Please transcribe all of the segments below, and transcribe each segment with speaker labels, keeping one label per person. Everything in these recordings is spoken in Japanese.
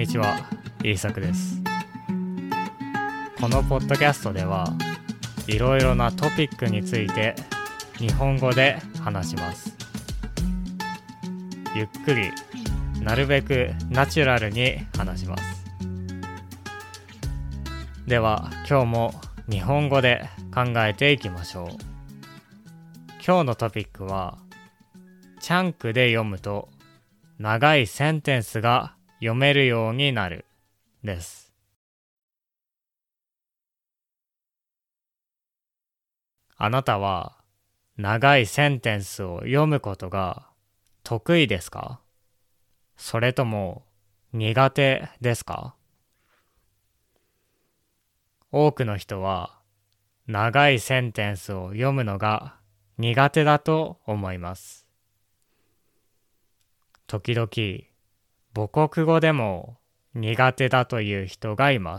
Speaker 1: にちは、イーサクです。このポッドキャストではいろいろなトピックについて日本語で話します。ゆっくり、なるべくナチュラルに話します。では今日も日本語で考えていきましょう。今日のトピックはチャンクで読むと長いセンテンスが読めるようになるです。あなたは長いセンテンスを読むことが得意ですか？それとも苦手ですか？多くの人は長いセンテンスを読むのが苦手だと思います。時々母国語でも苦手だという人がいます。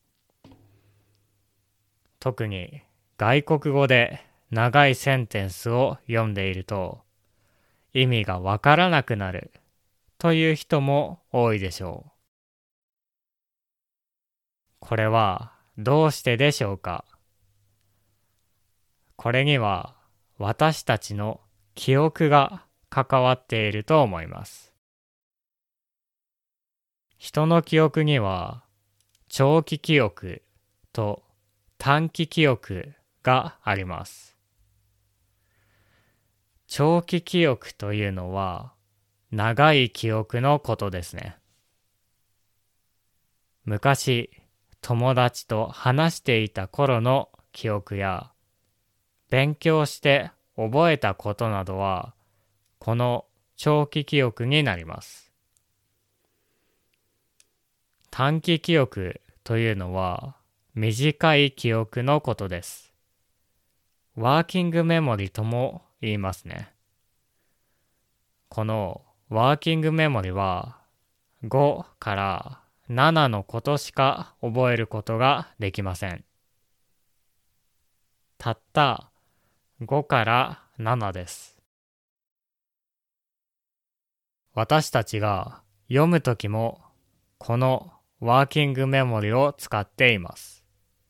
Speaker 1: 特に外国語で長いセンテンスを読んでいると意味がわからなくなるという人も多いでしょう。これはどうしてでしょうか？これには私たちの記憶が関わっていると思います。人の記憶には長期記憶と短期記憶があります。長期記憶というのは長い記憶のことですね。昔、友達と話していた頃の記憶や勉強して覚えたことなどはこの長期記憶になります。短期記憶というのは短い記憶のことです。ワーキングメモリとも言いますね。このワーキングメモリは5から7のことしか覚えることができません。たった5から7です。私たちが読むときもこのワーキングメモリを使っています。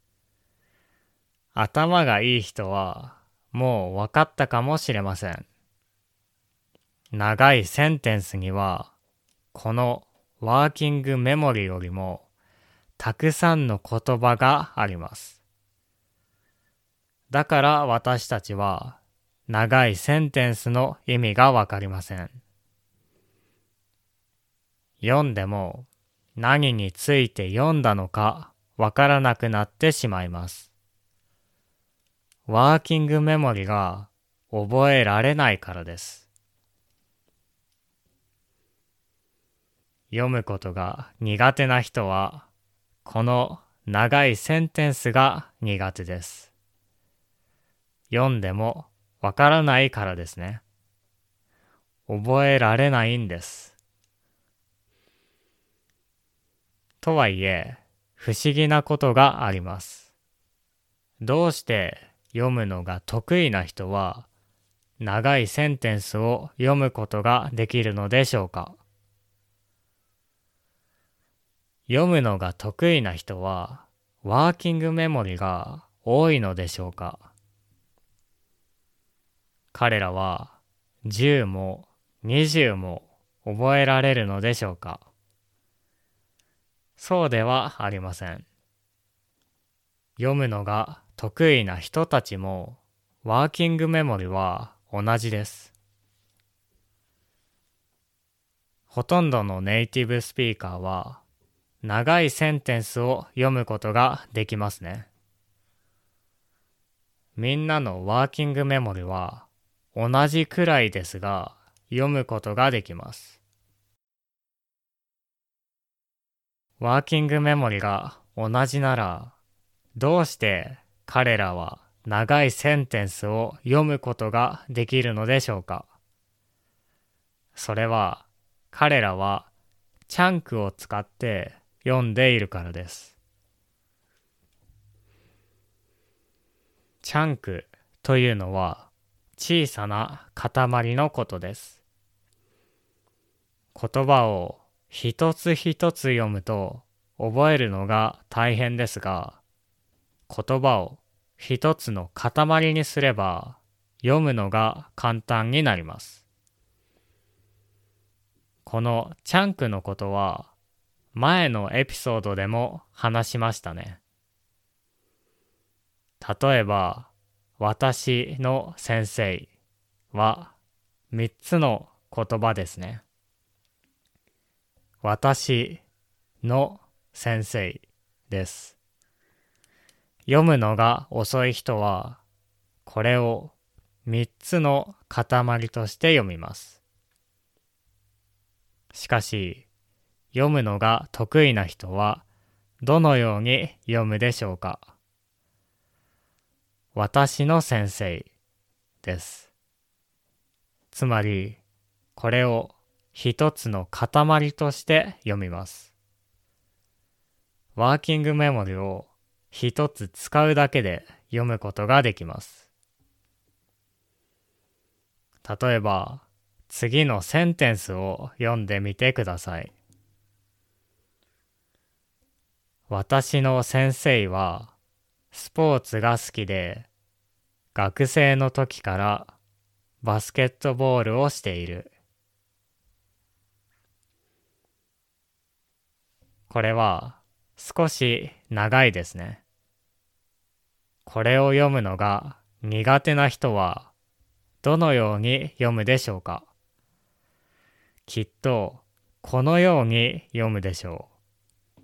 Speaker 1: 頭がいい人はもう分かったかもしれません。長いセンテンスにはこのワーキングメモリよりもたくさんの言葉があります。だから私たちは長いセンテンスの意味がわかりません。読んでも何について読んだのかわからなくなってしまいます。ワーキングメモリが覚えられないからです。読むことが苦手な人はこの長いセンテンスが苦手です。読んでもわからないからですね。覚えられないんです。とはいえ、不思議なことがあります。どうして読むのが得意な人は長いセンテンスを読むことができるのでしょうか？読むのが得意な人はワーキングメモリが多いのでしょうか？彼らは10も20も覚えられるのでしょうか？そうではありません。読むのが得意な人たちもワーキングメモリは同じです。ほとんどのネイティブスピーカーは長いセンテンスを読むことができますね。みんなのワーキングメモリは同じくらいですが読むことができます。ワーキングメモリが同じならどうして彼らは長いセンテンスを読むことができるのでしょうか？それは彼らはチャンクを使って読んでいるからです。チャンクというのは小さな塊のことです。言葉を一つ一つ読むと覚えるのが大変ですが、言葉を一つの塊にすれば読むのが簡単になります。このチャンクのことは前のエピソードでも話しましたね。例えば、私の先生は3つの言葉ですね。私の先生です。読むのが遅い人は、これを3つの塊として読みます。しかし、読むのが得意な人は、どのように読むでしょうか。私の先生です。つまり、これを一つの塊として読みます。ワーキングメモリを一つ使うだけで読むことができます。例えば、次のセンテンスを読んでみてください。私の先生はスポーツが好きで、学生の時からバスケットボールをしている。これは少し長いですね。これを読むのが苦手な人はどのように読むでしょうか。きっとこのように読むでしょう。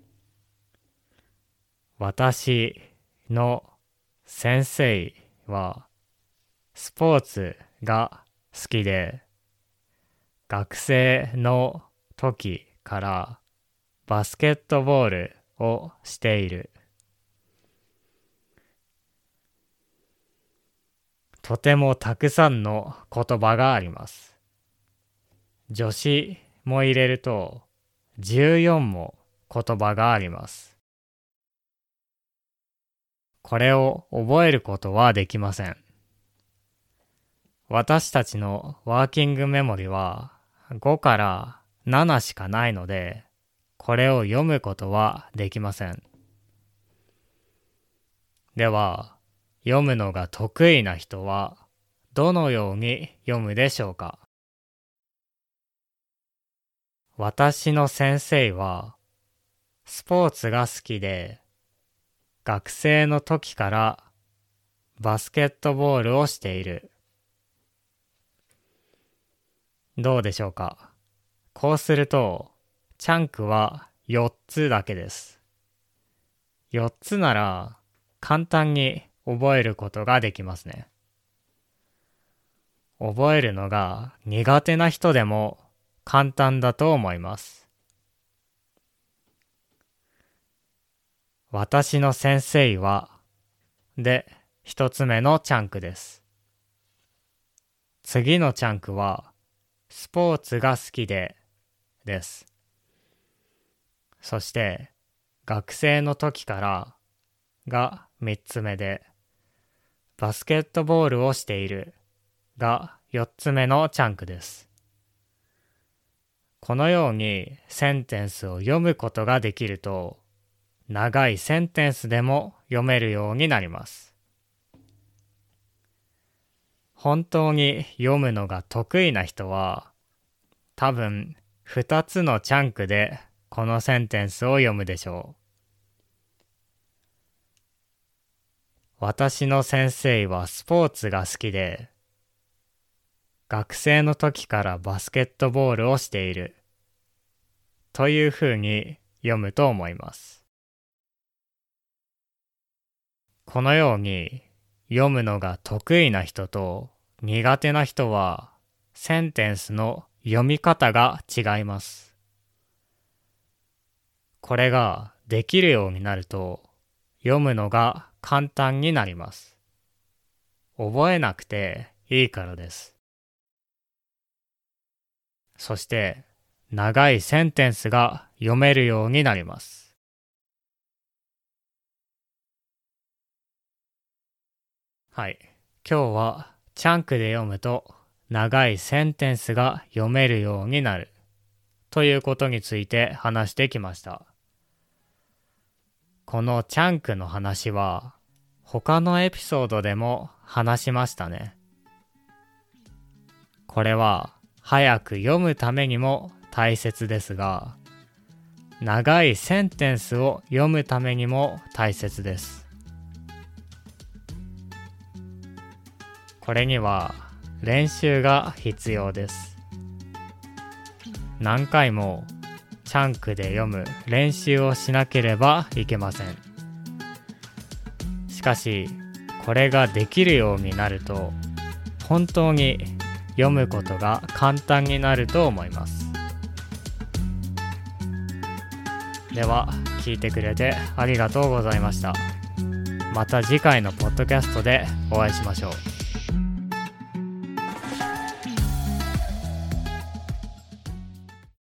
Speaker 1: 私の先生はスポーツが好きで、学生の時からバスケットボールをしている。とてもたくさんの言葉があります。助詞も入れると14も言葉があります。これを覚えることはできません。私たちのワーキングメモリは5から7しかないので、これを読むことはできません。では、読むのが得意な人はどのように読むでしょうか。私の先生はスポーツが好きで、学生の時からバスケットボールをしている。どうでしょうか。こうすると、チャンクは4つだけです。4つなら簡単に覚えることができますね。覚えるのが苦手な人でも簡単だと思います。私の先生はで一つ目のチャンクです。次のチャンクはスポーツが好きでです。そして学生の時からが3つ目で、バスケットボールをしているが4つ目のチャンクです。このようにセンテンスを読むことができると、長いセンテンスでも読めるようになります。本当に読むのが得意な人は、多分2つのチャンクでこのセンテンスを読むでしょう。私の先生はスポーツが好きで、学生の時からバスケットボールをしているというふうに読むと思います。このように読むのが得意な人と苦手な人はセンテンスの読み方が違います。これができるようになると読むのが簡単になります。覚えなくていいからです。そして長いセンテンスが読めるようになります。はい。今日はチャンクで読むと長いセンテンスが読めるようになるということについて話してきました。このチャンクの話は他のエピソードでも話しましたね。これは早く読むためにも大切ですが、長いセンテンスを読むためにも大切です。これには練習が必要です。何回もチャンクで読む練習をしなければいけません。しかし、これができるようになると、本当に読むことが簡単になると思います。では、聞いてくれてありがとうございました。また次回のポッドキャストでお会いしましょう。